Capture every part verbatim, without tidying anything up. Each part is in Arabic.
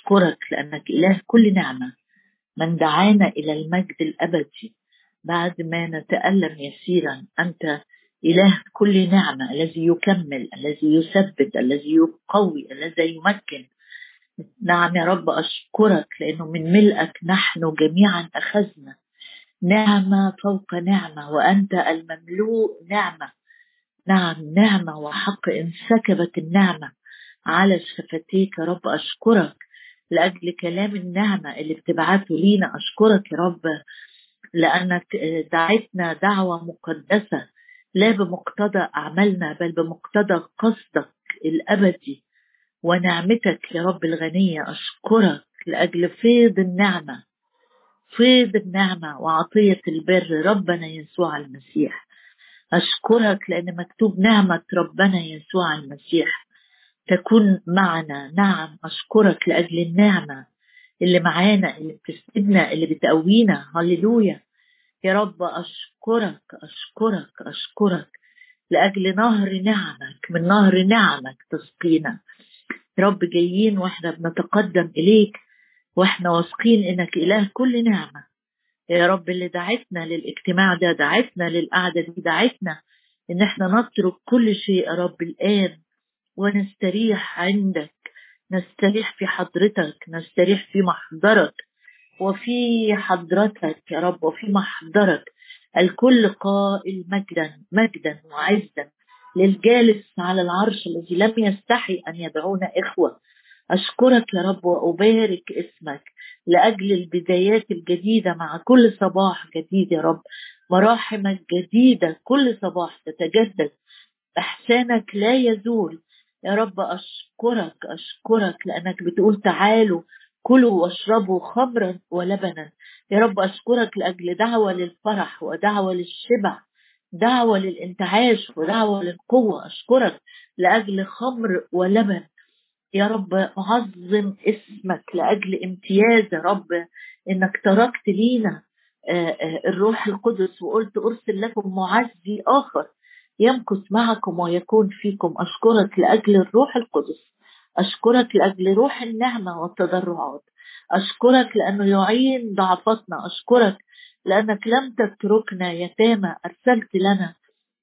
أشكرك لأنك إله كل نعمة، من دعانا إلى المجد الأبدي بعد ما نتألم يسيرا. أنت إله كل نعمة، الذي يكمل، الذي يثبت، الذي يقوي، الذي يمكن. نعم يا رب أشكرك لأنه من ملئك نحن جميعا أخذنا نعمة فوق نعمة، وأنت المملوء نعمة. نعم نعمة وحق انسكبت النعمة على شفتيك يا رب. أشكرك لأجل كلام النعمة اللي بتبعته لينا. أشكرك يا رب لأنك دعيتنا دعوة مقدسة، لا بمقتضى أعمالنا بل بمقتضى قصدك الأبدي ونعمتك يا رب الغنية. أشكرك لأجل فيض النعمة، فيض النعمة وعطية البر ربنا يسوع المسيح. أشكرك لأن مكتوب نعمة ربنا يسوع المسيح تكون معنا. نعم أشكرك لأجل النعمة اللي معانا، اللي بتسندنا، اللي بتقوينا. هللويا يا رب. أشكرك أشكرك أشكرك لأجل نهر نعمك، من نهر نعمك تسقينا يا رب. جايين وإحنا بنتقدم إليك وإحنا واثقين إنك إله كل نعمة يا رب، اللي دعتنا للاجتماع ده، دعتنا للقعدة دي، دعتنا إن إحنا نترك كل شيء يا رب الآن ونستريح عندك، نستريح في حضرتك، نستريح في محضرك وفي حضرتك يا رب وفي محضرك. الكل قائل مجدا مجدا وعزا للجالس على العرش الذي لم يستحي أن يدعونا إخوة. أشكرك يا رب وأبارك اسمك لأجل البدايات الجديدة مع كل صباح جديد يا رب. مراحمك جديدة كل صباح تتجدد، إحسانك لا يزول يا رب. أشكرك أشكرك لأنك بتقول تعالوا كلوا واشربوا خمرا ولبنا يا رب. أشكرك لأجل دعوة للفرح ودعوة للشبع، دعوة للانتعاش ودعوة للقوة. أشكرك لأجل خمر ولبن يا رب. أعظم اسمك لأجل امتياز يا رب إنك تركت لينا الروح القدس وقلت أرسل لكم معزي آخر يمكث معكم ويكون فيكم. أشكرك لأجل الروح القدس، أشكرك لأجل روح النعمة والتضرعات، أشكرك لأنه يعين ضعفتنا، أشكرك لأنك لم تتركنا يتامى، أرسلت لنا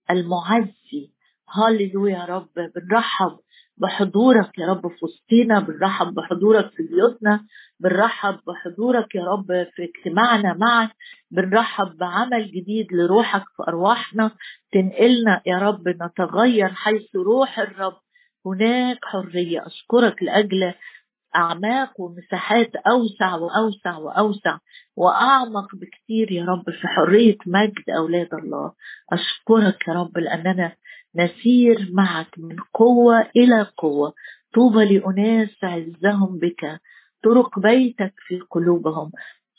المعزي. هاللويا يا رب. بنرحب بحضورك يا رب في وسطينا، بنرحب بحضورك في بيوتنا، بنرحب بحضورك يا رب في اجتماعنا معك، بنرحب بعمل جديد لروحك في أرواحنا تنقلنا يا رب نتغير حيث روح الرب هناك حرية. أشكرك لأجل أعماق ومساحات أوسع وأوسع وأوسع وأعمق بكثير يا رب في حرية مجد أولاد الله. أشكرك يا رب لأننا نسير معك من قوة إلى قوة. طوبى لأناس عزهم بك، طرق بيتك في قلوبهم،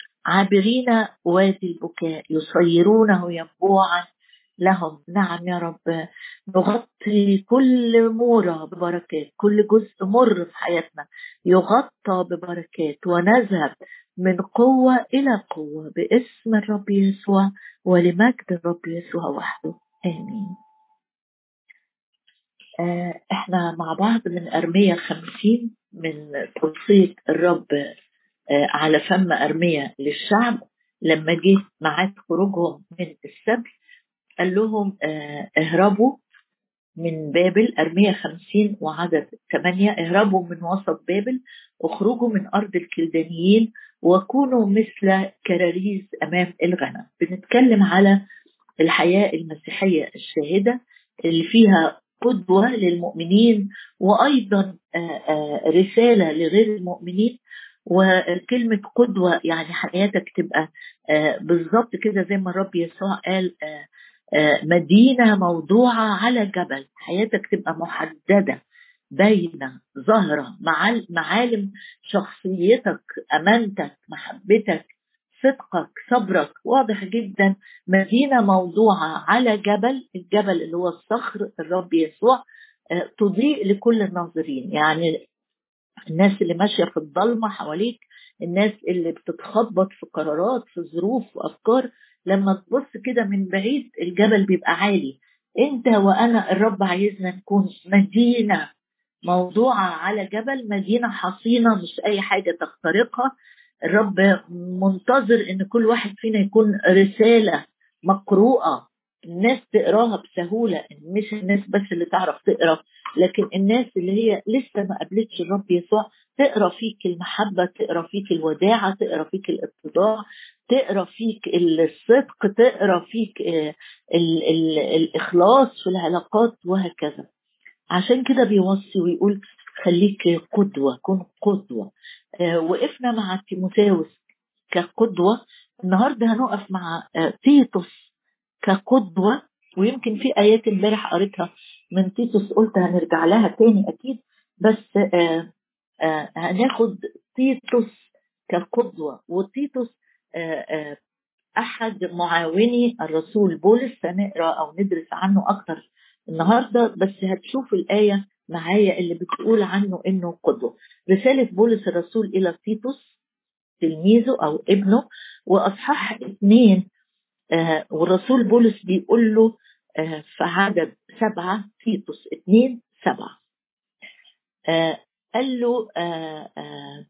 عابرين وادي البكاء يصيرونه ينبوعا لهم. نعم يا رب. نغطي كل مورة ببركات، كل جزء مر في حياتنا يغطى ببركات ونذهب من قوة إلى قوة باسم الرب يسوع ولمجد الرب يسوع وحده. آمين. آه احنا مع بعض من أرمية خمسين، من توصية الرب آه على فم أرمية للشعب لما جه معاد خروجهم من السبي. قال لهم آه اهربوا من بابل. أرمية خمسين وعدد ثمانية: اهربوا من وسط بابل، اخرجوا من أرض الكلدانيين وكونوا مثل كراريس أمام الغنم. بنتكلم على الحياة المسيحية الشاهدة اللي فيها قدوة للمؤمنين وأيضا رسالة لغير المؤمنين. وكلمة قدوة يعني حياتك تبقى بالضبط كده زي ما الرب يسوع قال مدينة موضوعة على جبل. حياتك تبقى محددة باينة ظاهرة، معالم شخصيتك، أمانتك، محبتك، صدقك، صبرك واضح جدا. مدينة موضوعة على جبل، الجبل اللي هو الصخر الرب يسوع، تضيء لكل الناظرين. يعني الناس اللي ماشية في الضلمة حواليك، الناس اللي بتتخبط في قرارات، في ظروف وأفكار، لما تبص كده من بعيد الجبل بيبقى عالي. انت وأنا الرب عايزنا نكون مدينة موضوعة على جبل، مدينة حصينة مش أي حاجة تخترقها. الرب منتظر إن كل واحد فينا يكون رسالة مقروءة الناس تقراها بسهولة، مش الناس بس اللي تعرف تقرا، لكن الناس اللي هي لسه ما قابلتش الرب يسوع تقرا فيك المحبة، تقرا فيك الوداعة، تقرا فيك الاتضاع، تقرا فيك الصدق، تقرا فيك ال ال ال الإخلاص في العلاقات وهكذا. عشان كده بيوصي ويقول خليك قدوة، كن قدوة. آه وقفنا مع تيموثاوس كقدوة، النهاردة هنقف مع آه تيتوس كقدوة. ويمكن في آيات امبارح قريتها من تيتوس قلت هنرجع لها تاني أكيد، بس آه آه هناخد تيتوس كقدوة. وتيتوس آه آه أحد معاوني الرسول بولس، هنقرأ أو ندرس عنه أكتر النهاردة، بس هتشوف الآية معايا اللي بتقول عنه إنه قدوة. رسالة بولس الرسول إلى تيتوس تلميذه أو ابنه، وأصحاح اثنين آه والرسول بولس بيقول له آه في عدد سبعة، تيتوس اثنين سبعة، آه قال له آه آه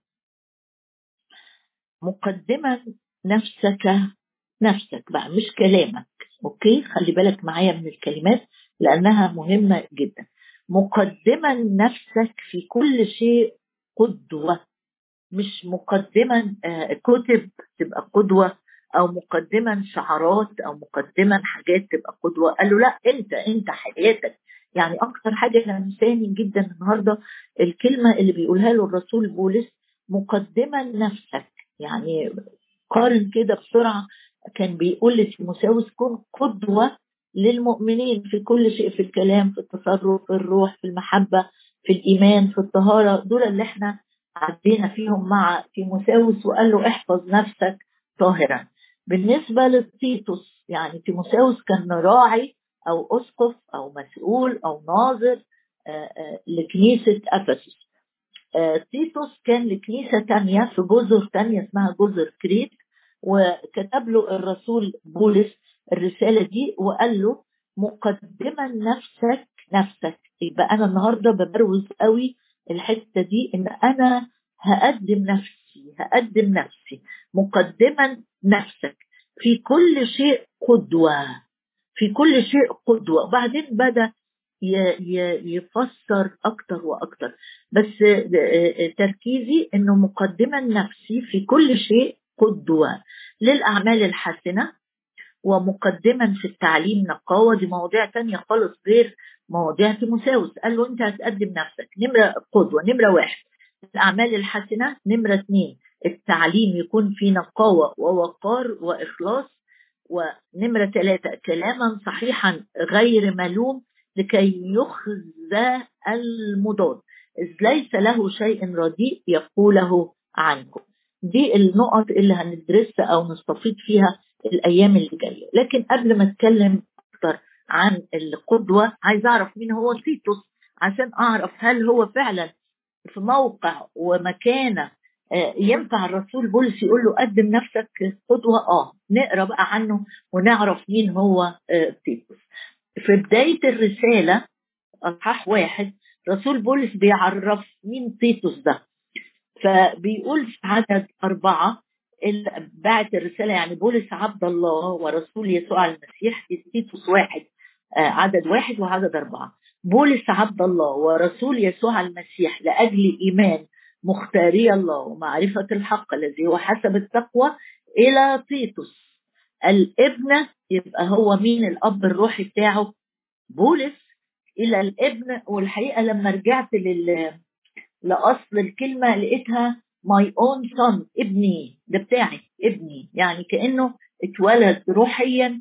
مقدما نفسك، نفسك بقى مش كلامك، اوكي خلي بالك معايا من الكلمات لانها مهمة جدا. مقدما نفسك في كل شيء قدوة، مش مقدما آه كتب تبقى قدوة، او مقدما شعارات، او مقدما حاجات تبقى قدوة. قال له لا، انت انت حياتك. يعني اكتر حاجة لمساني جدا النهاردة الكلمة اللي بيقولها له الرسول بولس، مقدما نفسك. يعني قارن كده بسرعة، كان بيقول لتيموثاوس كن قدوة للمؤمنين في كل شيء، في الكلام، في التصرف، في الروح، في المحبة، في الإيمان، في الطهارة. دول اللي احنا عدينا فيهم مع تيموثاوس، وقال له احفظ نفسك طاهرا. بالنسبة لتيتوس، يعني تيموثاوس كان راعي أو أسقف أو مسؤول أو ناظر لكنيسة أفسس. تيتوس كان لكنيسة تانية في جزر تانية اسمها جزر كريت، وكتب له الرسول بولس الرسالة دي وقال له مقدما نفسك، نفسك. يبقى أنا النهاردة ببروز قوي الحتة دي، إن أنا هقدم نفسي، هقدم نفسي مقدما نفسك في كل شيء قدوة، في كل شيء قدوة. وبعدين بدأ يفسر أكتر وأكتر، بس تركيزي إنه مقدما نفسي في كل شيء قدوة للأعمال الحسنة، ومقدما في التعليم نقاوة. دي مواضيع تانية خالص غير مواضيع تيموثاوس. قال له أنت هتقدم نفسك نمرة قدوة، نمرة واحد الأعمال الحسنة، نمرة اثنين التعليم يكون في نقاوة ووقار وإخلاص، ونمرة ثلاثة كلاما صحيحا غير ملوم لكي يخزى المضاد، إذ ليس له شيء رديء يقوله عنكم. دي النقط اللي هندرسها أو نستفيد فيها الأيام اللي جاية. لكن قبل ما أتكلم أكتر عن القدوة، عايز أعرف مين هو تيتوس، عشان أعرف هل هو فعلا في موقع ومكانة ينفع الرسول بولس يقول له قدم نفسك قدوة. آه نقرأ بقى عنه ونعرف مين هو تيتوس. في بداية الرسالة أصحاح واحد رسول بولس بيعرف مين تيتوس ده، فبيقول في عدد أربعة بعد الرسالة، يعني بولس عبد الله ورسول يسوع المسيح. تيتوس واحد عدد واحد وعدد أربعة، بولس عبد الله ورسول يسوع المسيح لأجل إيمان مختاري الله ومعرفة الحق الذي هو حسب التقوى، إلى تيتوس الابن. يبقى هو مين الأب الروحي بتاعه؟ بولس. إلى الابن. والحقيقة لما رجعت لل لأصل الكلمة لقيتها my own son، ابني ده بتاعي، ابني، يعني كأنه اتولد روحيا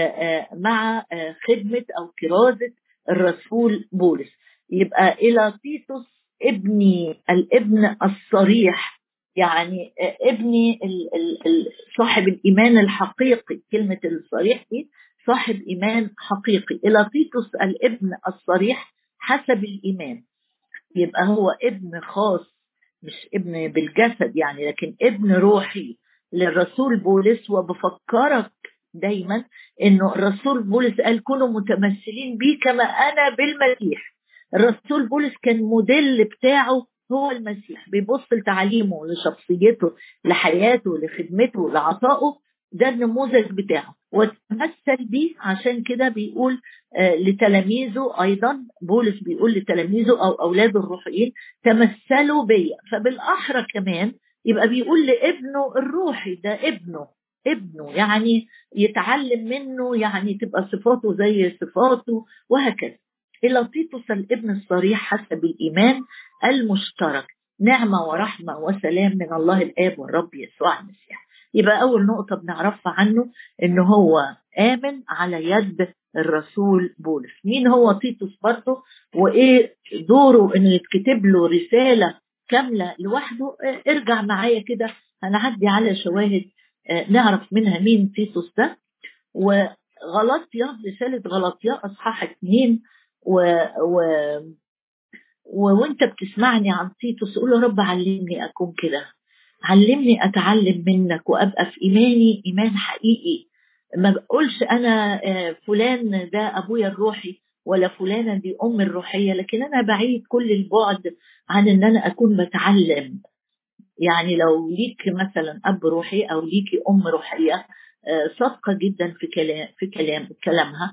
مع خدمة أو كرازة الرسول بولس. يبقى إلى تيتوس ابني، الابن الصريح، يعني ابني صاحب الإيمان الحقيقي. كلمة الصريح دي صاحب إيمان حقيقي. إلى تيتوس الابن الصريح حسب الإيمان. يبقى هو ابن خاص، مش ابن بالجسد يعني، لكن ابن روحي للرسول بولس. وبفكرك دايما انه الرسول بولس قال كونوا متمثلين بي كما انا بالمسيح. الرسول بولس كان موديل بتاعه هو المسيح، بيبص لتعليمه، لشخصيته، لحياته، لخدمته، لعطائه، ده النموذج بتاعه وتمثل بيه. عشان كده بيقول آه لتلاميذه، أيضا بولس بيقول لتلاميذه أو أولاده الروحيين تمثلوا بيا. فبالأحرى كمان يبقى بيقول لابنه الروحي، ده ابنه ابنه يعني يتعلم منه، يعني تبقى صفاته زي صفاته وهكذا. إلى تيتوس الابن الصريح حسب الإيمان المشترك، نعمة ورحمة وسلام من الله الآب والرب يسوع المسيح. يبقى أول نقطة بنعرفها عنه إنه هو آمن على يد الرسول بولس. مين هو تيتوس برضه وإيه دوره إنه يتكتب له رسالة كاملة لوحده؟ ارجع معايا كده، هنعدي على شواهد نعرف منها مين تيتوس ده. وغلطية، رسالة غلطية أصحاح اتنين و... و... و... وانت بتسمعني عن تيتوس قول يا رب علمني أكون كده، علمني أتعلم منك وأبقى في إيماني إيمان حقيقي. ما بقولش أنا فلان ده أبويا الروحي ولا فلانة دي أم الروحية، لكن أنا بعيد كل البعد عن أن أنا أكون بتعلم. يعني لو ليك مثلا أب روحي أو ليكي أم روحية صادقة جدا في كلام في كلام كلامها،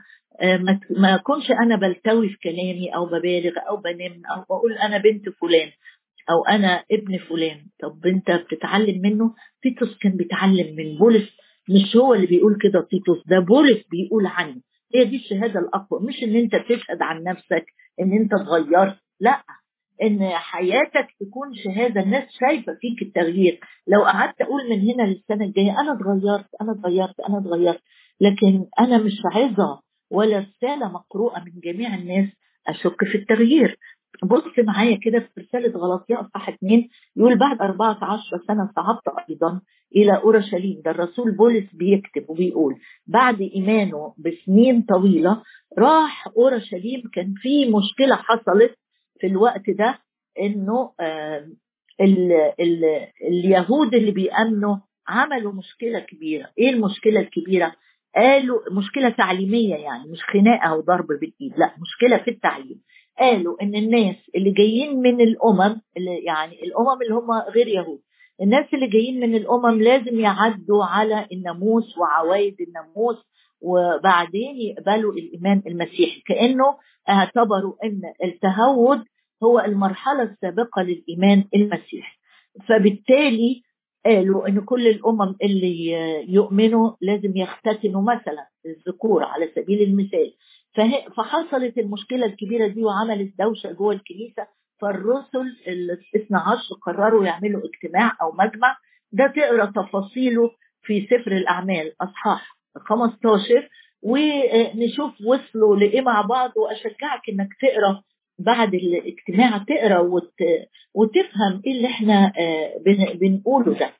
ما أكونش أنا بلتوي في كلامي أو ببالغ أو بنم أو بقول أنا بنت فلان أو أنا ابن فلان. طب أنت بتتعلم منه. تيتوس كان بيتعلم من بولس، مش هو اللي بيقول كده، تيتوس ده بولس بيقول عنه. هي دي الشهادة الأقوى، مش إن أنت تشهد عن نفسك إن أنت اتغيرت، لا، ان حياتك تكون شهاده الناس شايفه فيك التغيير. لو قعدت اقول من هنا للسنه الجايه انا اتغيرت انا اتغيرت انا اتغيرت، لكن انا مش عظه ولا رساله مقروءه من جميع الناس اشك في التغيير. بص معايا كده في رساله غلاطية اصحاح اتنين، يقول بعد أربعة عشر سنه صعدت ايضا الى اورشليم. ده الرسول بولس بيكتب وبيقول بعد ايمانه بسنين طويله راح اورشليم. كان في مشكله حصلت في الوقت ده، انه آه ال ال اليهود اللي بيأمنوا عملوا مشكلة كبيرة. ايه المشكلة الكبيرة؟ قالوا مشكلة تعليمية، يعني مش خناقة وضرب بالإيد، لا، مشكلة في التعليم. قالوا ان الناس اللي جايين من الامم، اللي يعني الامم اللي هم غير يهود، الناس اللي جايين من الامم لازم يعدوا على الناموس وعوايد الناموس وبعدين يقبلوا الايمان المسيحي. كانه اعتبروا ان التهود هو المرحله السابقه للايمان المسيحي. فبالتالي قالوا ان كل الامم اللي يؤمنوا لازم يختتنوا مثلا الذكور على سبيل المثال. فحصلت المشكله الكبيره دي وعملت دوشه جوه الكنيسه. فالرسل الاثنى عشر قرروا يعملوا اجتماع او مجمع. ده تقرا تفاصيله في سفر الاعمال اصحاح خمستاشر ونشوف وصلوا لايه مع بعض. واشجعك انك تقرا بعد الاجتماع، تقرا وت... وتفهم ايه اللي احنا بن... بنقوله ده.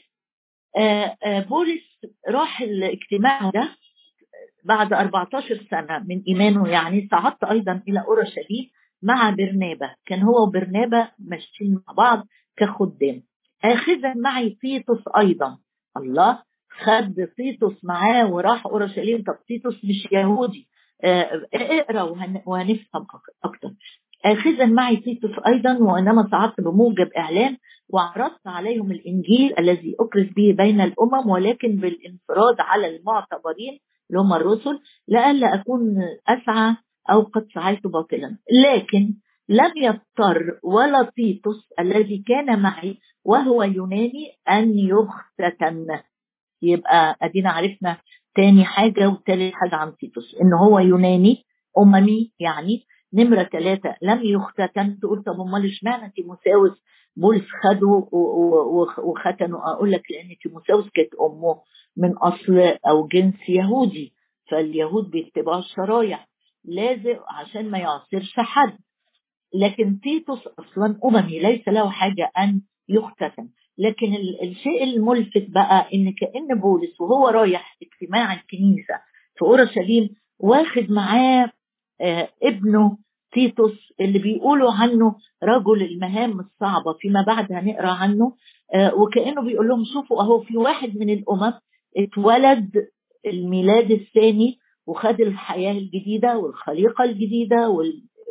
بولس راح الاجتماع ده بعد أربعة عشر سنة من إيمانه. يعني صعدت أيضا إلى أورشليم مع برنابا، كان هو وبرنابا ماشيين مع بعض كخدام، آخذا معي تيتوس أيضا. الله، خد تيتوس معاه وراح أورشليم. طب تيتوس مش يهودي، اقرأ وهن... وهنفهم أكتر. آخذا معي تيتوس أيضا، وإنما صعدت بموجب إعلان وعرضت عليهم الإنجيل الذي أكرز به بين الأمم، ولكن بالانفراد على المعتبرين اللي هم الرسل، لئلا أكون أسعى أو قد سعيت باطلا. لكن لم يضطر ولا تيتوس الذي كان معي وهو يوناني أن يختتن. يبقى أدينا عرفنا تاني حاجة وتالت حاجة عن تيتوس، إن هو يوناني أممي. يعني نمرة ثلاثة لم يختتن. تقول طب أمال اشمعنى تيموثاوس بولس خده وختنه؟ أقول لك لأن تيموثاوس كانت أمه من أصل أو جنس يهودي، فاليهود بيتبعوا الشرايع لازم عشان ما يعصرش حد. لكن تيتوس أصلا أممي ليس له حاجة أن يختتن. لكن الشيء الملفت بقى إن كأن بولس وهو رايح اجتماع الكنيسة في أورشليم واخد معاه آه ابنه تيتوس اللي بيقولوا عنه رجل المهام الصعبة، فيما بعد هنقرأ عنه. آه وكأنه بيقول لهم شوفوا أهو في واحد من الأمم اتولد الميلاد الثاني وخد الحياة الجديدة والخليقة الجديدة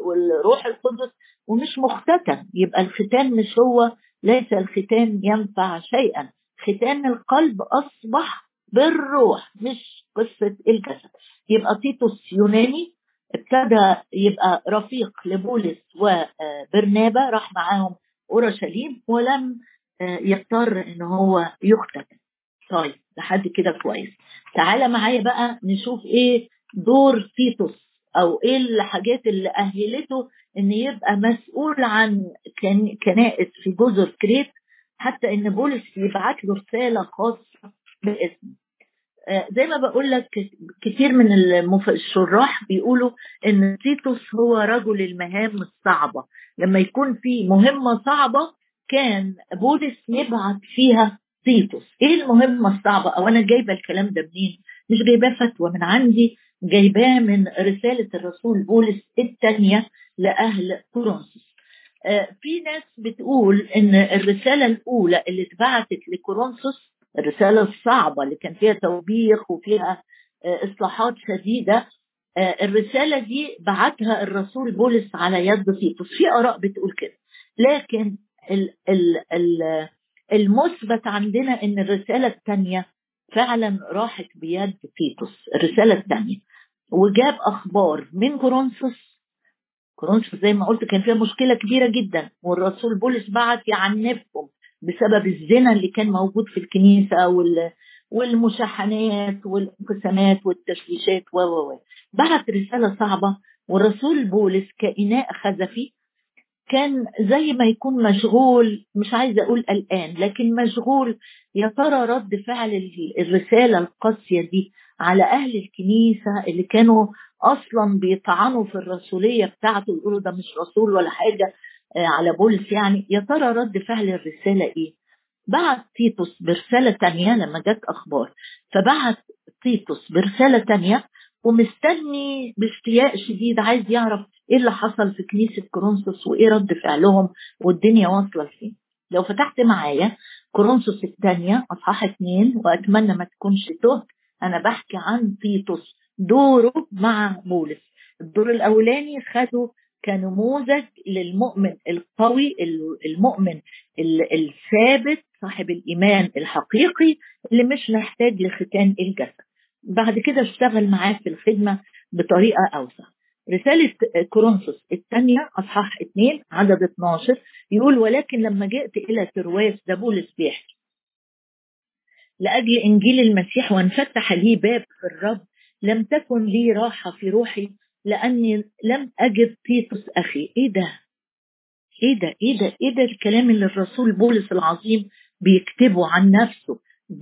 والروح القدس ومش مختتن. يبقى الختان مش هو، ليس الختان ينفع شيئا. ختان القلب أصبح بالروح مش قصة الجسد. يبقى تيتوس يوناني، ابتدى يبقى رفيق لبولس وبرنابا، راح معاهم أورشليم ولم يضطر ان هو يختتن. طيب لحد كده كويس. تعالى معايا بقى نشوف ايه دور تيتوس، او ايه الحاجات اللي اهلته ان يبقى مسؤول عن كنائس في جزر كريت، حتى ان بولس يبعت له رسالة خاصة باسمه. زي ما بقول لك كتير من الشراح بيقولوا ان تيتوس هو رجل المهام الصعبة. لما يكون في مهمة صعبة كان بولس يبعت فيها تيتوس. ايه المهمة الصعبة؟ او انا جايبة الكلام ده منين؟ مش جايباه فتوى من عندي، جايباه من رسالة الرسول بولس الثانية لأهل كورنثوس. في ناس بتقول ان الرسالة الاولى اللي اتبعتت لكورنثوس، الرسالة الصعبة اللي كان فيها توبيخ وفيها اصلاحات شديدة، الرسالة دي بعتها الرسول بولس على يد تيتوس. في آراء بتقول كده، لكن ال ال ال المثبت عندنا ان الرسالة الثانية فعلا راحت بيد تيتوس، الرسالة الثانية، وجاب اخبار من كورنثوس. كورنثوس زي ما قلت كان فيها مشكلة كبيرة جدا، والرسول بولس بعت يعنفهم بسبب الزنا اللي كان موجود في الكنيسة والمشاحنات والانقسامات والتشويشات و و بعت رسالة صعبة. والرسول بولس كإناء خزفي كان زي ما يكون مشغول، مش عايزة أقول الآن، لكن مشغول يا ترى رد فعل الرسالة القاسية دي على أهل الكنيسة اللي كانوا أصلا بيطعنوا في الرسولية بتاعته، يقولوا ده مش رسول ولا حاجة على بولس يعني. يا ترى رد فعل الرسالة إيه؟ بعت تيتوس برسالة تانية لما جت أخبار، فبعت تيتوس برسالة تانية ومستني باشتياق شديد، عايز يعرف ايه اللي حصل في كنيسة كورنثوس وايه رد فعلهم والدنيا واصلة لفين. لو فتحت معايا كورنثوس الثانية اصحاح اتنين، واتمنى ما تكونش تهت، انا بحكي عن تيتوس دوره مع بولس. الدور الاولاني خده كنموذج للمؤمن القوي، المؤمن الثابت صاحب الايمان الحقيقي اللي مش محتاج لختان الجسد. بعد كده اشتغل معاه في الخدمة بطريقة أوسع. رسالة كورنثوس الثانية أصحاح اثنين عدد اتناشر يقول: ولكن لما جئت إلى ترواس، ده بولس بيحكي، لأجل إنجيل المسيح وانفتح لي باب في الرب، لم تكن لي راحة في روحي لأني لم أجد تيتوس أخي. إيه ده؟ إيه ده؟ إيه ده؟ إيه ده الكلام اللي الرسول بولس العظيم بيكتبه عن نفسه،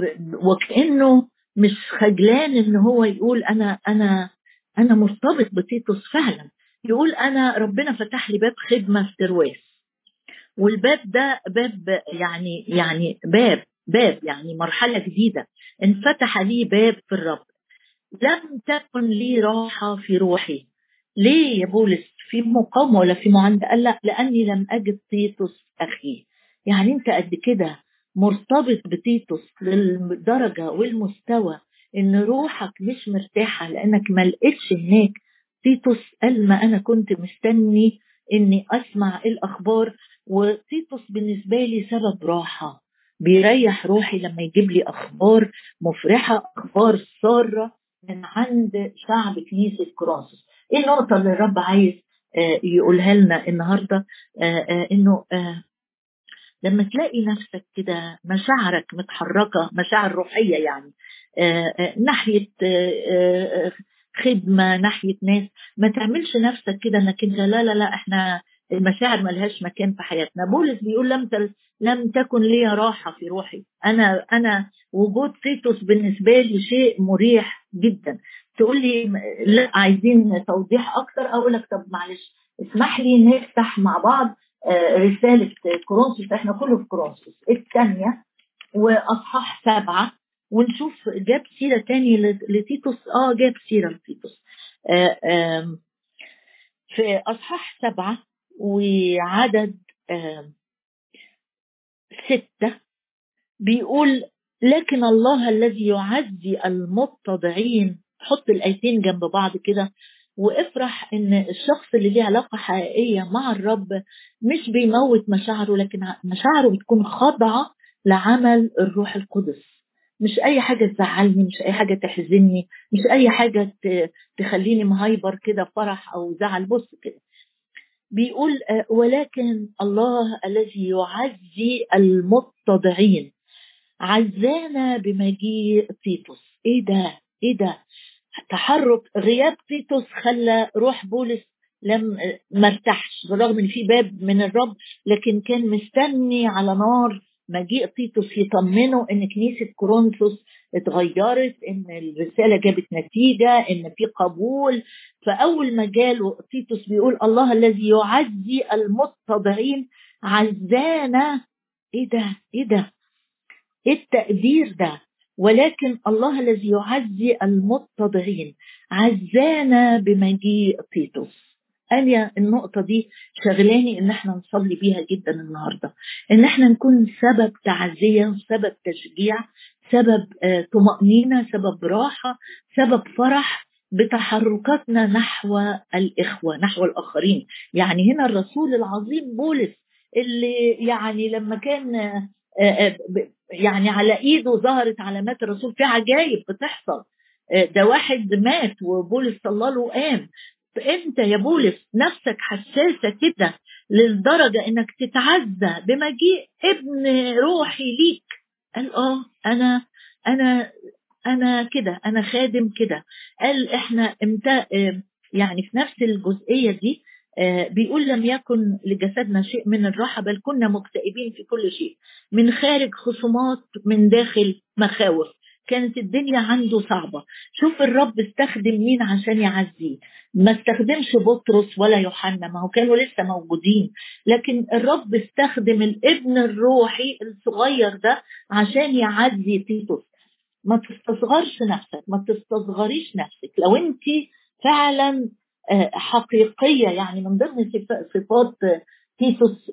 وكأنه مش خجلان ان هو يقول انا انا انا مرتبط بتيتوس فعلا. يقول انا ربنا فتح لي باب خدمه في ترواس، والباب ده باب يعني يعني باب باب يعني مرحله جديده، انفتح لي باب في الرب، لم تكن لي راحه في روحي. ليه يا بولس؟ في مقاومه ولا في معاندة؟ قال لا، لاني لم اجد تيتوس اخي. يعني انت قد كده مرتبط بتيتوس للدرجة والمستوى ان روحك مش مرتاحة لانك ما لقيتش هناك تيتوس. قال ما انا كنت مستني اني اسمع الاخبار، وتيتوس بالنسبة لي سبب راحة، بيريح روحي لما يجيب لي اخبار مفرحة، اخبار سارة من عند شعب كنيسة كورنثوس. ايه النقطة اللي الرب عايز يقولها لنا النهاردة؟ انه لما تلاقي نفسك كده مشاعرك متحركة، مشاعر روحية يعني آآ آآ ناحية آآ خدمة، ناحية ناس، ما تعملش نفسك كده انك انت لا لا لا احنا المشاعر ملهاش مكان في حياتنا. بولس بيقول لم لم تكن لي راحة في روحي. انا انا وجود تيتوس بالنسبة لي شيء مريح جدا. تقول لي لا عايزين توضيح اكتر، اقول لك طب معلش اسمح لي نفتح مع بعض رسالة كورنثوس، احنا كله في كورنثوس الثانية واصحاح سبعة، ونشوف جاب سيرة تاني لتيتوس. اه جاب سيرة لتيتوس آه آه في اصحاح سبعة وعدد آه ستة بيقول: لكن الله الذي يعزي المتضعين. حط الايتين جنب بعض كده، وافرح ان الشخص اللي ليه علاقة حقيقية مع الرب مش بيموت مشاعره، لكن مشاعره بتكون خاضعة لعمل الروح القدس. مش اي حاجة تزعلني، مش اي حاجة تحزنني، مش اي حاجة تخليني مهايبر كده فرح او زعل. بص كده بيقول ولكن الله الذي يعزي المتضعين عزانا بمجيء تيتوس. ايه ده ايه ده تحرك غياب تيتوس خلى روح بولس لم مرتاحش، بالرغم ان في باب من الرب، لكن كان مستني على نار مجيء تيتوس يطمنه ان كنيسة كورنثوس اتغيرت، ان الرسالة جابت نتيجة، ان في قبول. فاول ما جاله تيتوس بيقول الله الذي يعزي المتضعين عزانا. ايه ده ايه ده ايه التقدير ده؟ ولكن الله الذي يعزي المتضعين عزانا بمجيء تيتوس. أنا النقطة دي شغلاني ان احنا نصلي بيها جدا النهاردة، ان احنا نكون سبب تعزية، سبب تشجيع، سبب آه طمأنينة، سبب راحة، سبب فرح بتحركاتنا نحو الإخوة، نحو الآخرين. يعني هنا الرسول العظيم بولس اللي يعني لما كان آه آه يعني على ايده ظهرت علامات الرسول، في عجائب بتحصل. ده واحد مات وبولس صلى له قام. انت يا بولس نفسك حساسه كده للدرجه انك تتعزى بمجيء ابن روحي ليك؟ قال اه انا انا انا كده، انا خادم كده. قال احنا امتى يعني في نفس الجزئيه دي بيقول لم يكن لجسدنا شيء من الراحة، بل كنا مكتئبين في كل شيء، من خارج خصومات، من داخل مخاوف. كانت الدنيا عنده صعبة. شوف الرب استخدم مين عشان يعزيه؟ ما استخدمش بطرس ولا يوحنا، ما هو كانوا لسه موجودين، لكن الرب استخدم الابن الروحي الصغير ده عشان يعزي تيتوس. ما تستصغرش نفسك، ما تستصغريش نفسك. لو انت فعلا حقيقية، يعني من ضمن صفات تيتوس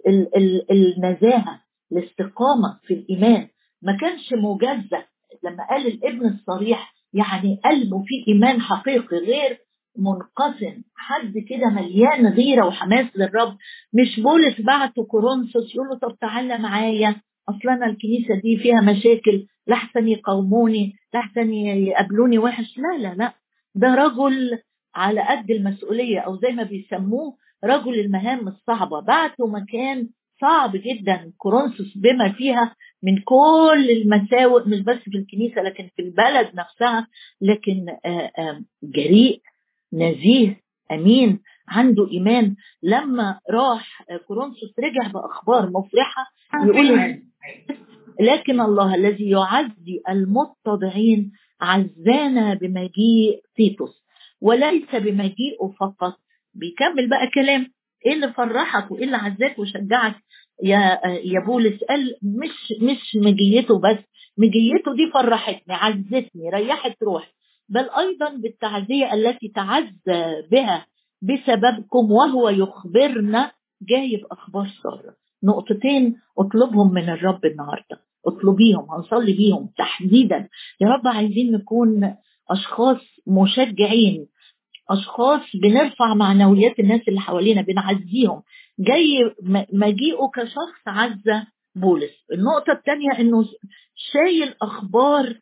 النزاهة، الاستقامة في الإيمان. ما كانش مجزأ لما قال الابن الصريح، يعني قلبه فيه إيمان حقيقي غير منقسم، حد كده مليان غيرة وحماس للرب. مش بولس بعته كورنثوس يقول له طب تعالى معايا، أصلا الكنيسة دي فيها مشاكل، لحسن يقوموني، لحسن يقابلوني وحش. لا لا لا، ده رجل على قد المسؤولية، أو زي ما بيسموه رجل المهام الصعبة. بعته مكان صعب جدا كورنثوس بما فيها من كل المساوئ، مش بس في الكنيسة لكن في البلد نفسها، لكن جريء نزيه أمين عنده إيمان. لما راح كورنثوس رجع بأخبار مفرحة، يقول لكن الله الذي يعزي المتضعين عزانا بمجيء تيتوس وليس بمجيئه فقط. بيكمل بقى كلام، ايه اللي فرحك وايه اللي عزاك وشجعك يا يا بولس؟ قال مش مش مجيته بس، مجيته دي فرحتني، عزتني، ريحت روحي، بل ايضا بالتعزية التي تعزى بها بسببكم وهو يخبرنا جايب اخبار ساره. نقطتين اطلبهم من الرب النهارده، اطلبيهم، هنصلي بيهم تحديدا. يا رب عايزين نكون اشخاص مشجعين، اشخاص بنرفع معنويات الناس اللي حوالينا، بنعزيهم. جاي مجيئه كشخص عزة بولس. النقطة الثانية انه شايل اخبار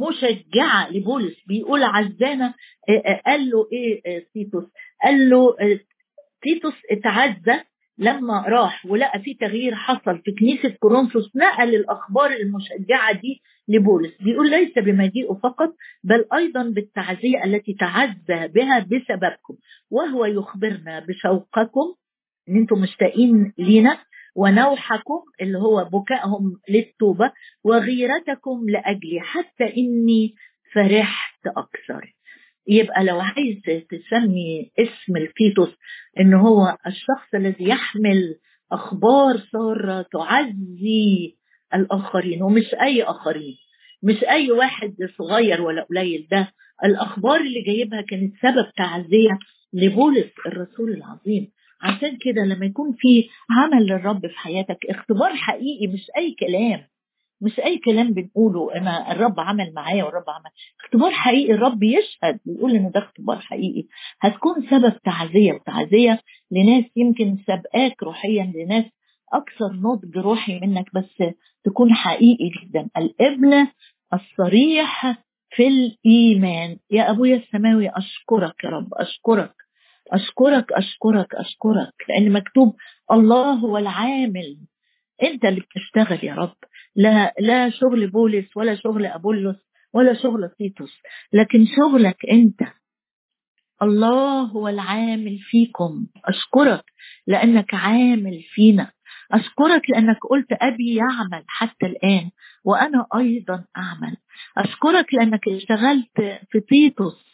مشجعة لبولس، بيقول عزانا. قال له ايه تيتوس؟ قال له تيتوس اتعزى لما راح ولقى في تغيير حصل في كنيسة كورنثوس، نقل الأخبار المشجعة دي لبولس. بيقول ليس بمجيئه فقط بل أيضا بالتعزية التي تعزى بها بسببكم وهو يخبرنا بشوقكم ان انتم مشتاقين لينا، ونوحكم اللي هو بكائهم للتوبة، وغيرتكم لأجلي حتى إني فرحت أكثر. يبقى لو عايز تسمي اسم التيتوس ان هو الشخص الذي يحمل اخبار سارة تعزي الاخرين، ومش اي اخرين، مش اي واحد صغير ولا قليل، ده الاخبار اللي جايبها كانت سبب تعزية لبولس الرسول العظيم. عشان كده لما يكون في عمل للرب في حياتك، اختبار حقيقي مش اي كلام، مش أي كلام بنقوله أنا الرب عمل معايا والرب عمل. اختبار حقيقي الرب يشهد ويقول إنه ده اختبار حقيقي، هتكون سبب تعزية، وتعزية لناس يمكن سبقاك روحيا، لناس أكثر نضج روحي منك، بس تكون حقيقي جدا. الابن الصريح في الإيمان. يا أبويا السماوي أشكرك يا رب، أشكرك أشكرك أشكرك أشكرك لأن مكتوب الله هو العامل، أنت اللي بتشتغل يا رب. لا لا شغل بولس ولا شغل أبولس ولا شغل تيتوس، لكن شغلك أنت. الله هو العامل فيكم. أشكرك لأنك عامل فينا. أشكرك لأنك قلت أبي يعمل حتى الآن وأنا أيضا أعمل. أشكرك لأنك اشتغلت في تيتوس،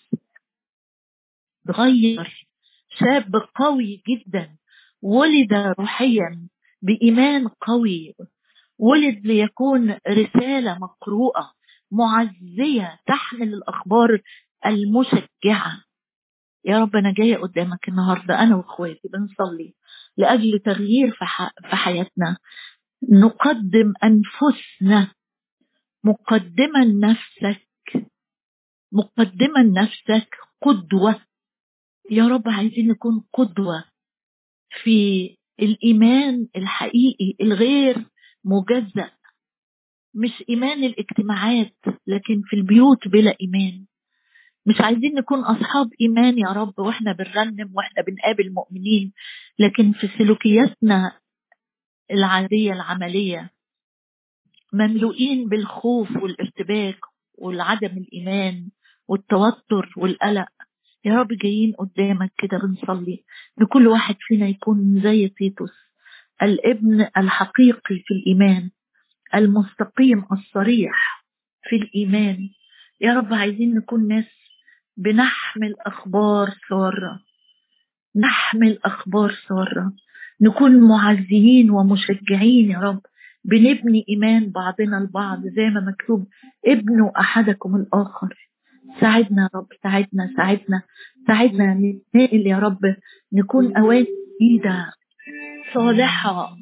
تغير شاب قوي جدا، ولد روحيا بإيمان قوي، ولد ليكون رسالة مقروءة معزية تحمل الأخبار المشجعة. يا رب أنا جاية قدامك النهاردة أنا وإخواتي بنصلي لأجل تغيير في, ح... في حياتنا. نقدم أنفسنا مقدما نفسك، مقدما نفسك قدوة. يا رب عايزين نكون قدوة في الإيمان الحقيقي الغير مجزأ، مش إيمان الاجتماعات لكن في البيوت بلا إيمان. مش عايزين نكون أصحاب إيمان يا رب وإحنا بنرنم وإحنا بنقابل مؤمنين، لكن في سلوكياتنا العادية العملية مملوئين بالخوف والارتباك والعدم الإيمان والتوتر والقلق. يا رب جايين قدامك كده بنصلي لكل واحد فينا يكون زي تيتوس، الابن الحقيقي في الإيمان، المستقيم الصريح في الإيمان. يا رب عايزين نكون ناس بنحمل أخبار سارة، نحمل أخبار سارة، نكون معزيين ومشجعين يا رب، بنبني إيمان بعضنا البعض زي ما مكتوب ابنوا أحدكم الآخر. ساعدنا يا رب، ساعدنا ساعدنا ساعدنا نتنقل يا رب، نكون أوان جديدة صالحة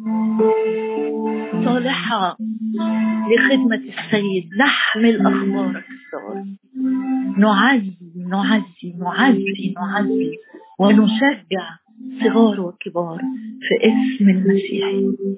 صالحة لخدمة السيد، نحمل أخبارك السارة، نعزي نعزي نعزي نعزي ونشجع صغار وكبار في اسم المسيح.